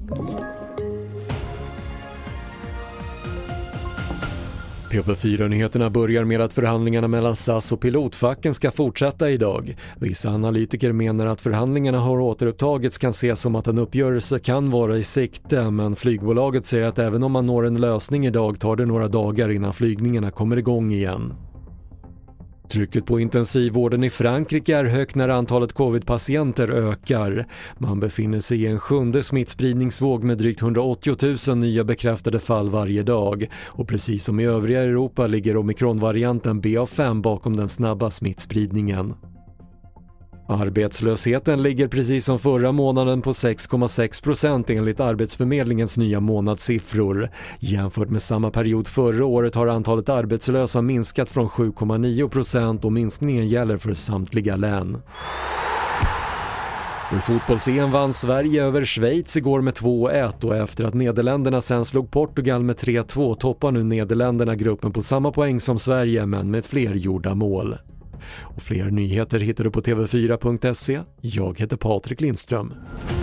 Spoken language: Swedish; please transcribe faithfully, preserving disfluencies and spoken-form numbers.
T V fyra-nyheterna börjar med att förhandlingarna mellan S A S och pilotfacken ska fortsätta idag. Vissa analytiker menar att förhandlingarna har återupptagits kan ses som att en uppgörelse kan vara i sikte, men flygbolaget säger att även om man når en lösning idag tar det några dagar innan flygningarna kommer igång igen. Trycket på intensivvården i Frankrike är högt när antalet covid-patienter ökar. Man befinner sig i en sjunde smittspridningsvåg med drygt hundraåttio tusen nya bekräftade fall varje dag. Och precis som i övriga Europa ligger omikronvarianten B A fem bakom den snabba smittspridningen. Arbetslösheten ligger precis som förra månaden på sex komma sex procent enligt Arbetsförmedlingens nya månadssiffror. Jämfört med samma period förra året har antalet arbetslösa minskat från sju komma nio procent och minskningen gäller för samtliga län. I fotbolls-E M vann Sverige över Schweiz igår med två ett och efter att Nederländerna sen slog Portugal med tre två toppar nu Nederländerna gruppen på samma poäng som Sverige men med fler gjorda mål. Och fler nyheter hittar du på t v fyra punkt se. Jag heter Patrik Lindström.